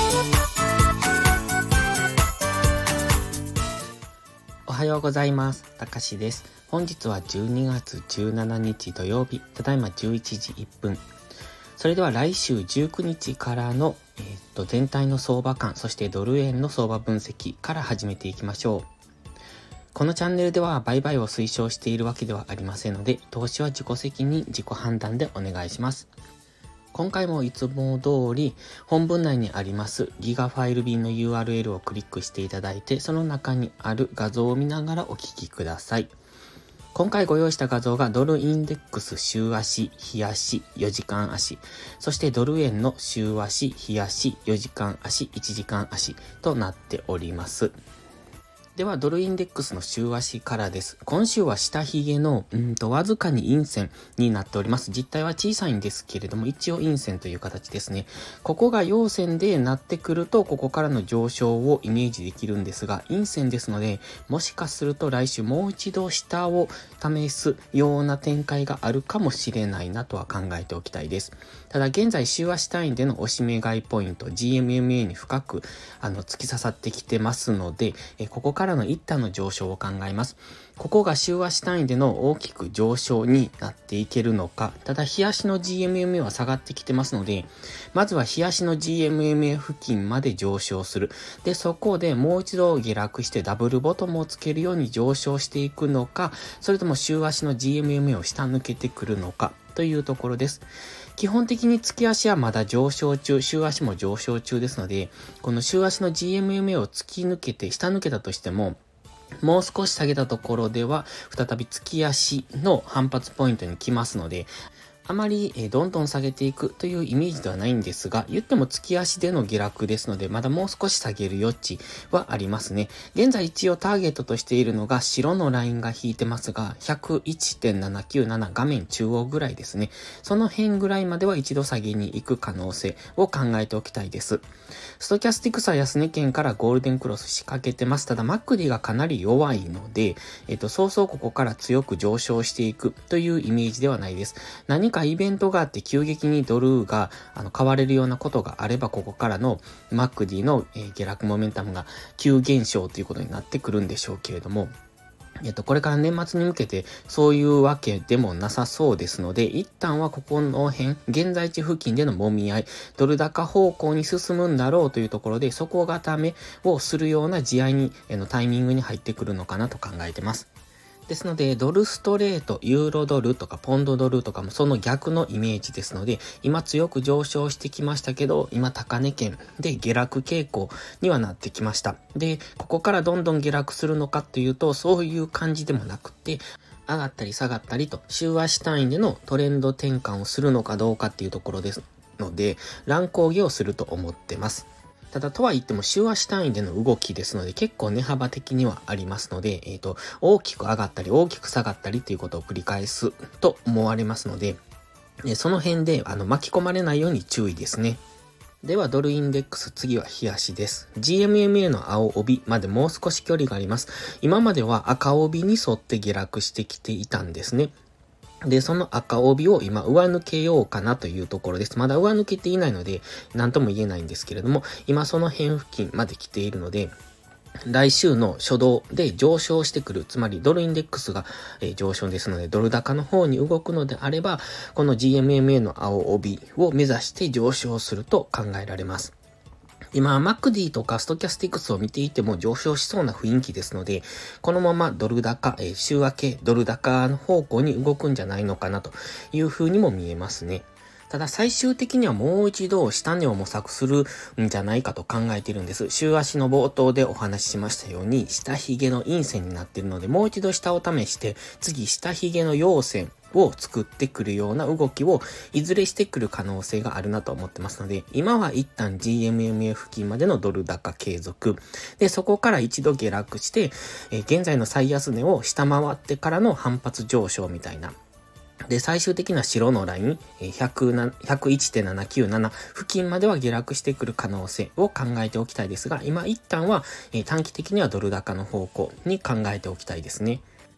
おはようございます。たかしです。本日は12月17日土曜日、ただいま11時1分。それでは来週19日からの、全体の相場感、そしてドル円の相場分析から始めていきましょう。このチャンネルでは売買を推奨しているわけではありませんので、投資は自己責任、自己判断でお願いします。今回もいつも通り本文内にありますギガファイル便の URL をクリックしていただいて、その中にある画像を見ながらお聞きください。今回ご用意した画像がドルインデックス週足、日足、4時間足、そしてドル円の週足、日足、4時間足、1時間足となっております。では、ドルインデックスの週足からです。今週は下髭の、わずかに陰線になっております。実態は小さいんですけれども、一応陰線という形ですね。ここが陽線でなってくると、ここからの上昇をイメージできるんですが、陰線ですので、もしかすると来週もう一度下を試すような展開があるかもしれないなとは考えておきたいです。ただ、現在週足単位での押し目買いポイント、GMMA に深く突き刺さってきてますので、ここからの一旦の上昇を考えます。ここが週足単位での大きく上昇になっていけるのか。ただ、日足の GMMA は下がってきてますので、まずは日足の GMMA 付近まで上昇する。で、そこでもう一度下落してダブルボトムをつけるように上昇していくのか、それとも週足の GMMA を下抜けてくるのかというところです。基本的に月足はまだ上昇中、週足も上昇中ですので、この週足の GMMA を突き抜けて、下抜けたとしても、もう少し下げたところでは、再び月足の反発ポイントに来ますので、あまりどんどん下げていくというイメージではないんですが、言っても月足での下落ですので、まだもう少し下げる余地はありますね。現在一応ターゲットとしているのが白のラインが引いてますが、101.797 画面中央ぐらいですね。その辺ぐらいまでは一度下げに行く可能性を考えておきたいです。ストキャスティクスは安値圏からゴールデンクロス仕掛けてます。ただ、マクディがかなり弱いので、そうそうここから強く上昇していくというイメージではないです。何かイベントがあって急激にドルが買われるようなことがあれば、ここからのマクディの下落モメンタムが急減少ということになってくるんでしょうけれども、これから年末に向けてそういうわけでもなさそうですので、一旦はここの辺、現在地付近での揉み合い、ドル高方向に進むんだろうというところで、底固めをするような地合いに、タイミングに入ってくるのかなと考えてます。ですので、ドルストレート、ユーロドルとかポンドドルとかもその逆のイメージですので、今強く上昇してきましたけど、今高値圏で下落傾向にはなってきました。で、ここからどんどん下落するのかというと、そういう感じでもなくて、上がったり下がったりと、週足単位でのトレンド転換をするのかどうかっていうところですので、乱高下をすると思ってます。ただとは言っても週足単位での動きですので結構値幅的にはありますので、大きく上がったり大きく下がったりということを繰り返すと思われますので、その辺で巻き込まれないように注意ですね。ではドルインデックス、次は日足です。GMMA の青帯までもう少し距離があります。今までは赤帯に沿って下落してきていたんですね。で、その赤帯を今上抜けようかなというところです。まだ上抜けていないので、何とも言えないんですけれども、今その辺付近まで来ているので、来週の初動で上昇してくる、つまりドルインデックスが上昇ですので、ドル高の方に動くのであれば、この GMMA の青帯を目指して上昇すると考えられます。今、マクディとかストキャスティクスを見ていても上昇しそうな雰囲気ですので、このままドル高、週明けドル高の方向に動くんじゃないのかなという風にも見えますね。ただ最終的にはもう一度下値を模索するんじゃないかと考えているんです。週足の冒頭でお話ししましたように、下髭の陰線になっているので、もう一度下を試して、次下髭の陽線を作ってくるような動きをいずれしてくる可能性があるなと思ってますので、今は一旦 GMMA 付近までのドル高継続。で、そこから一度下落して、現在の最安値を下回ってからの反発上昇みたいな。で、最終的な白のライン、101.797 付近までは下落してくる可能性を考えておきたいですが、今一旦は短期的にはドル高の方向に考えておきたいですね。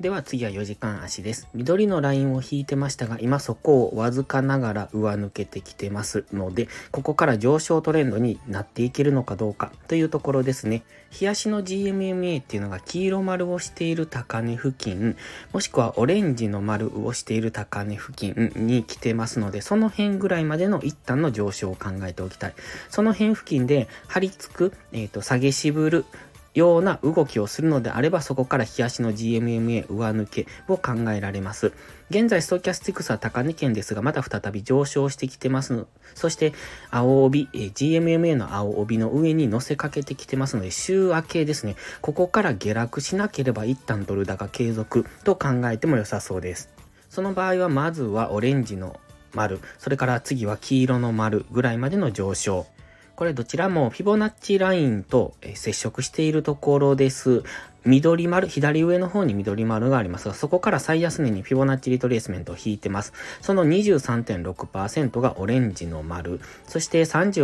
では次は4時間足です。緑のラインを引いてましたが、今そこをわずかながら上抜けてきてますので、ここから上昇トレンドになっていけるのかどうかというところですね。日足の GMMA っていうのが黄色丸をしている高値付近、もしくはオレンジの丸をしている高値付近に来てますので、その辺ぐらいまでの一旦の上昇を考えておきたい。その辺付近で張り付く、下げ渋るような動きをするのであれば、そこから日足の GMMA 上抜けを考えられます。現在ストキャスティクスは高値圏ですが、また再び上昇してきてますの。そして青帯、GMMA の青帯の上に乗せかけてきてますので、週明けですね。ここから下落しなければ一旦ドル高継続と考えても良さそうです。その場合はまずはオレンジの丸、それから次は黄色の丸ぐらいまでの上昇。これどちらもフィボナッチラインと接触しているところです。緑丸、左上の方に緑丸がありますが、そこから最安値にフィボナッチリトレースメントを引いてます。その 23.6% がオレンジの丸、そして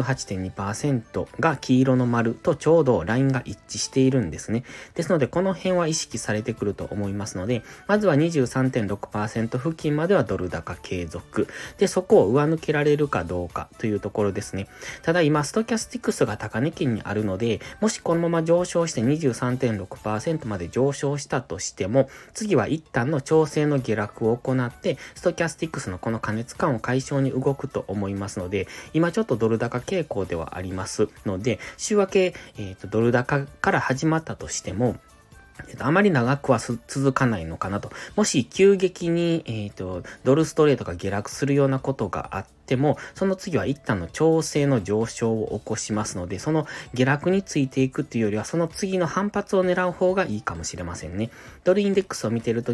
38.2% が黄色の丸とちょうどラインが一致しているんですね。ですので、この辺は意識されてくると思いますので、まずは 23.6% 付近まではドル高継続。で、そこを上抜けられるかどうかというところですね。ただ今、ストキャスティクスが高値圏にあるので、もしこのまま上昇して 23.6% まで上昇したとしても、次は一旦の調整の下落を行って、ストキャスティクスのこの過熱感を解消に動くと思いますので、今ちょっとドル高傾向ではありますので、週明け、ドル高から始まったとしても、あまり長くは続かないのかなと。もし急激に、ドルストレートが下落するようなことがあっても、その次は一旦の調整の上昇を起こしますので、その下落についていくっていうよりは、その次の反発を狙う方がいいかもしれませんね。ドルインデックスを見てると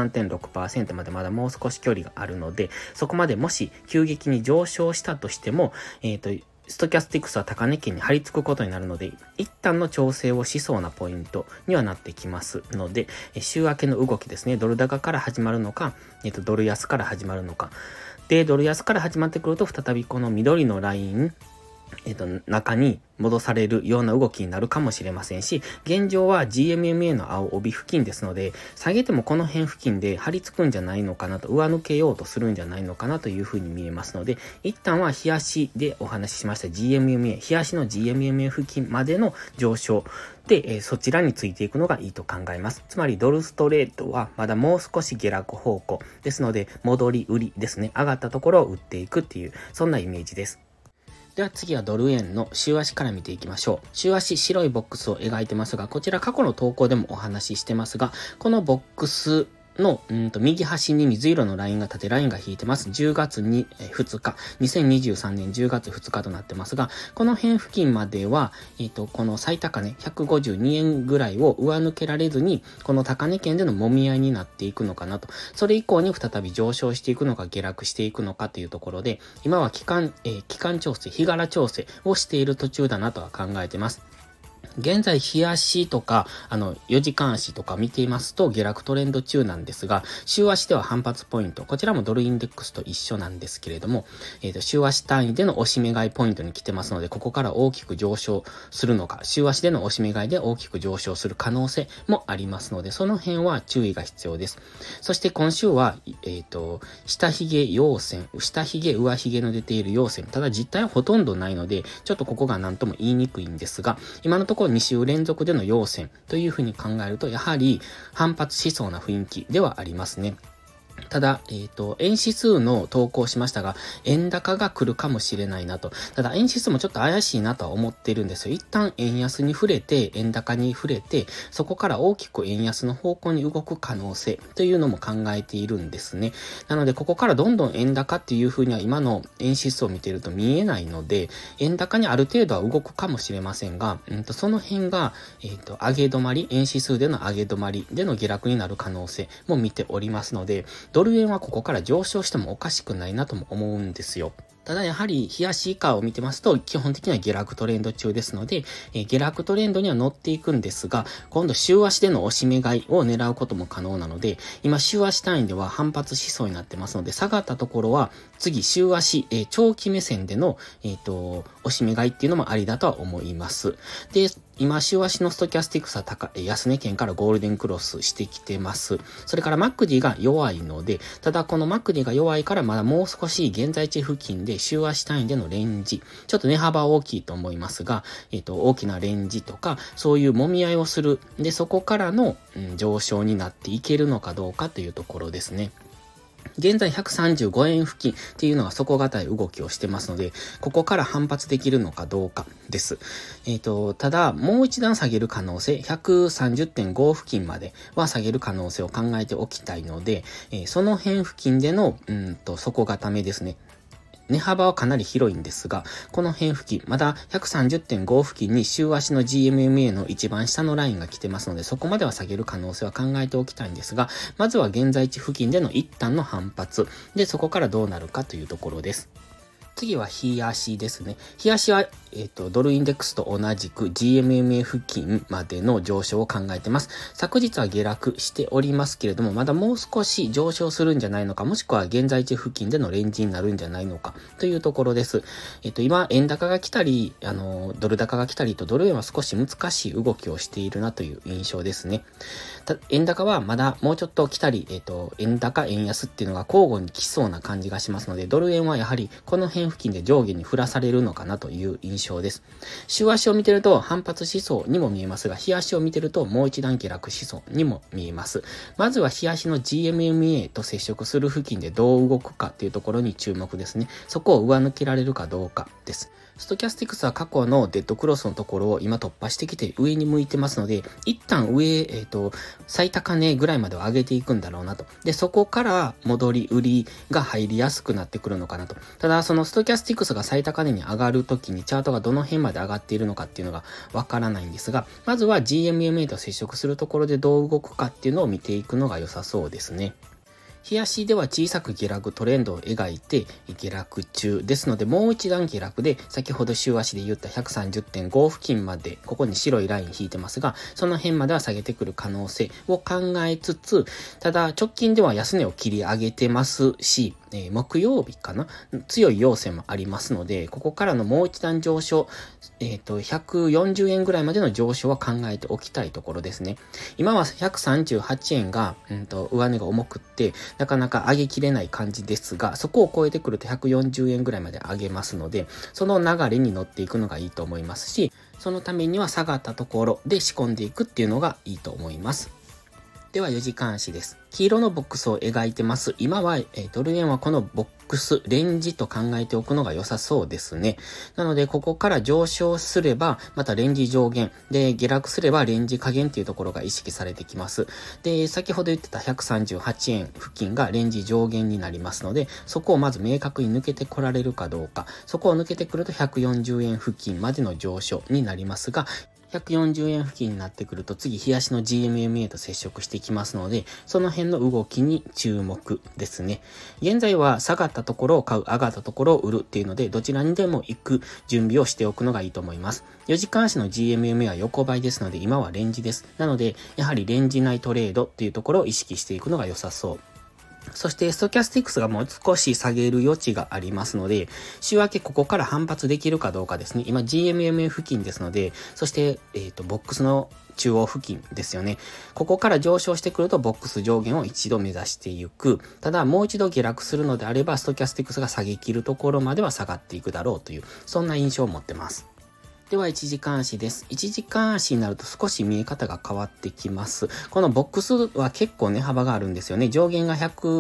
23.6% までまだもう少し距離があるので、そこまでもし急激に上昇したとしても、ストキャスティクスは高値圏に張り付くことになるので、一旦の調整をしそうなポイントにはなってきますので、週明けの動きですね、ドル高から始まるのか、ドル安から始まるのか。で、ドル安から始まってくると、再びこの緑のライン、中に戻されるような動きになるかもしれませんし、現状は GMMA の青帯付近ですので、下げてもこの辺付近で張り付くんじゃないのかなと、上抜けようとするんじゃないのかなというふうに見えますので、一旦は日足でお話ししました GMMA、日足の GMMA 付近までの上昇で、そちらについていくのがいいと考えます。つまりドルストレートはまだもう少し下落方向ですので、戻り売りですね、上がったところを売っていくっていう、そんなイメージです。では次はドル円の週足から見ていきましょう。週足白いボックスを描いてますが、こちら過去の投稿でもお話ししてますが、このボックスの右端に水色のラインが縦ラインが引いてます。10月に2日、2023年10月2日となってますが、この辺付近までは、この最高値152円ぐらいを上抜けられずに、この高値圏での揉み合いになっていくのかなと。それ以降に再び上昇していくのか下落していくのかというところで、今は期間調整、日柄調整をしている途中だなとは考えてます。現在、日足とか、4時間足とか見ていますと、下落トレンド中なんですが、週足では反発ポイント、こちらもドルインデックスと一緒なんですけれども、週足単位での押し目買いポイントに来てますので、ここから大きく上昇するのか、週足での押し目買いで大きく上昇する可能性もありますので、その辺は注意が必要です。そして今週は、下髭陽線、下髭上髭の出ている陽線、ただ実態はほとんどないので、ちょっとここが何とも言いにくいんですが、今のところ2週連続での陽線というふうに考えると、やはり反発しそうな雰囲気ではありますね。ただ、円指数の投稿しましたが、円高が来るかもしれないなと。ただ、円指数もちょっと怪しいなとは思ってるんですよ。一旦円安に触れて、円高に触れて、そこから大きく円安の方向に動く可能性というのも考えているんですね。なので、ここからどんどん円高っていう風には今の円指数を見ていると見えないので、円高にある程度は動くかもしれませんが、その辺が、上げ止まり、円指数での上げ止まりでの下落になる可能性も見ておりますので、ドル円はここから上昇してもおかしくないなとも思うんですよ。 ただやはり、冷やし以下を見てますと、基本的には下落トレンド中ですので、下落トレンドには乗っていくんですが、今度週足での押し目買いを狙うことも可能なので、今週足単位では反発しそうになってますので、下がったところは、次週足、長期目線での、押し目買いっていうのもありだとは思います。で、今、週足のストキャスティクスは安値圏からゴールデンクロスしてきてます。それからマックディが弱いので、ただこのマックディが弱いからまだもう少し現在地付近で週足単位でのレンジ、ちょっと値幅大きいと思いますが、大きなレンジとか、そういう揉み合いをする。で、そこからの、上昇になっていけるのかどうかというところですね。現在135円付近っていうのが底堅い動きをしてますので、ここから反発できるのかどうかです。ただ、もう一段下げる可能性、130.5 付近までは下げる可能性を考えておきたいので、その辺付近での、底堅めですね。値幅はかなり広いんですが、この辺付近、まだ 130.5 付近に週足の GMMA の一番下のラインが来てますので、そこまでは下げる可能性は考えておきたいんですが、まずは現在地付近での一旦の反発、で、そこからどうなるかというところです。次は日足ですね。日足は、ドルインデックスと同じく GMMA 付近までの上昇を考えてます。昨日は下落しておりますけれども、まだもう少し上昇するんじゃないのか、もしくは現在地付近でのレンジになるんじゃないのかというところです。今、円高が来たり、ドル高が来たりと、ドル円は少し難しい動きをしているなという印象ですね。円高はまだもうちょっと来たり、円高、円安っていうのが交互に来そうな感じがしますので、ドル円はやはりこの辺付近で上下に振らされるのかなという印象です。週足を見てると反発しそうにも見えますが、日足を見てるともう一段下落しそうにも見えます。まずは日足の GMMA と接触する付近でどう動くかっていうところに注目ですね。そこを上抜けられるかどうかです。ストキャスティクスは過去のデッドクロスのところを今突破してきて上に向いてますので、一旦上、最高値ぐらいまでは上げていくんだろうなと。で、そこから戻り売りが入りやすくなってくるのかなと。ただ、そのストキャスティクスが最高値に上がるときにチャートがどの辺まで上がっているのかっていうのがわからないんですが、まずは GMMA と接触するところでどう動くかっていうのを見ていくのが良さそうですね。日足では小さく下落トレンドを描いて下落中ですので、もう一段下落で先ほど週足で言った 130.5 付近まで、ここに白いライン引いてますが、その辺までは下げてくる可能性を考えつつ、ただ直近では安値を切り上げてますし、木曜日かな、強い要請もありますので、ここからのもう一段上昇、140円ぐらいまでの上昇は考えておきたいところですね。今は138円が、上値が重くって、なかなか上げきれない感じですが、そこを超えてくると140円ぐらいまで上げますので、その流れに乗っていくのがいいと思いますし、そのためには下がったところで仕込んでいくっていうのがいいと思います。では4時間足です。黄色のボックスを描いてます。今は、ドル円はこのボックス、レンジと考えておくのが良さそうですね。なので、ここから上昇すれば、またレンジ上限。で、下落すればレンジ下限っていうところが意識されてきます。で、先ほど言ってた138円付近がレンジ上限になりますので、そこをまず明確に抜けてこられるかどうか。そこを抜けてくると140円付近までの上昇になりますが、140円付近になってくると次、日足の GMMA と接触してきますので、その辺の動きに注目ですね。現在は下がったところを買う、上がったところを売るっていうので、どちらにでも行く準備をしておくのがいいと思います。4時間足の GMMA は横ばいですので、今はレンジです。なので、やはりレンジ内トレードっていうところを意識していくのが良さそう。そして、ストキャスティクスがもう少し下げる余地がありますので、週明けここから反発できるかどうかですね。今 GMMA 付近ですので、そして、ボックスの中央付近ですよね。ここから上昇してくるとボックス上限を一度目指していく。ただ、もう一度下落するのであれば、ストキャスティクスが下げ切るところまでは下がっていくだろうという、そんな印象を持ってます。では、1時間足です。1時間足になると少し見え方が変わってきます。このボックスは結構ね、幅があるんですよね。上限が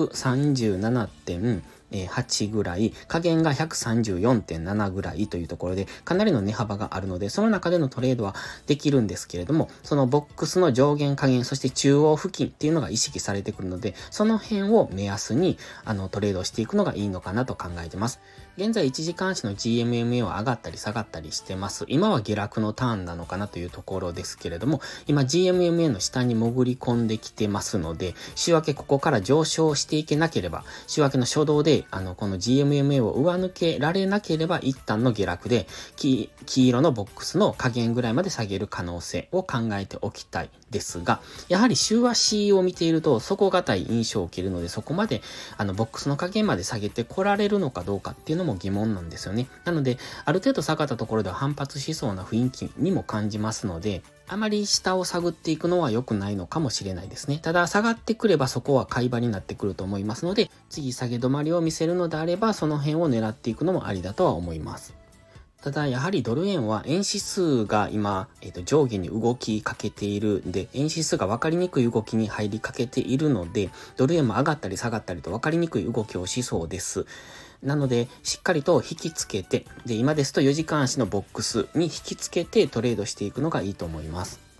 137.8 ぐらい、下限が 134.7 ぐらいというところで、かなりの値幅があるので、その中でのトレードはできるんですけれども、そのボックスの上限下限、そして中央付近っていうのが意識されてくるので、その辺を目安に、トレードしていくのがいいのかなと考えてます。 現在1時間足の GMMA は上がったり下がったりしてます。今は下落のターンなのかなというところですけれども、今 GMMA の下に潜り込んできてますので、週明けここから上昇していけなければ、週明けの初動で、この GMMA を上抜けられなければ一旦の下落で、黄色のボックスの下限ぐらいまで下げる可能性を考えておきたいですが、やはり週足を見ていると底堅い印象を受けるので、そこまでボックスの下限まで下げてこられるのかどうかっていうのも疑問なんですよね。なので、ある程度下がったところでは反発しそうな雰囲気にも感じますので、あまり下を探っていくのは良くないのかもしれないですね。ただ下がってくればそこは買い場になってくると思いますので、次下げ止まりを見せるのであれば、その辺を狙っていくのもありだとは思います。ただ、やはりドル円は円指数が今、上下に動きかけているんで、円指数が分かりにくい動きに入りかけているので、ドル円も上がったり下がったりと分かりにくい動きをしそうです。なので、しっかりと引きつけて、で、今ですと4時間足のボックスに引きつけてトレードしていくのがいいと思います。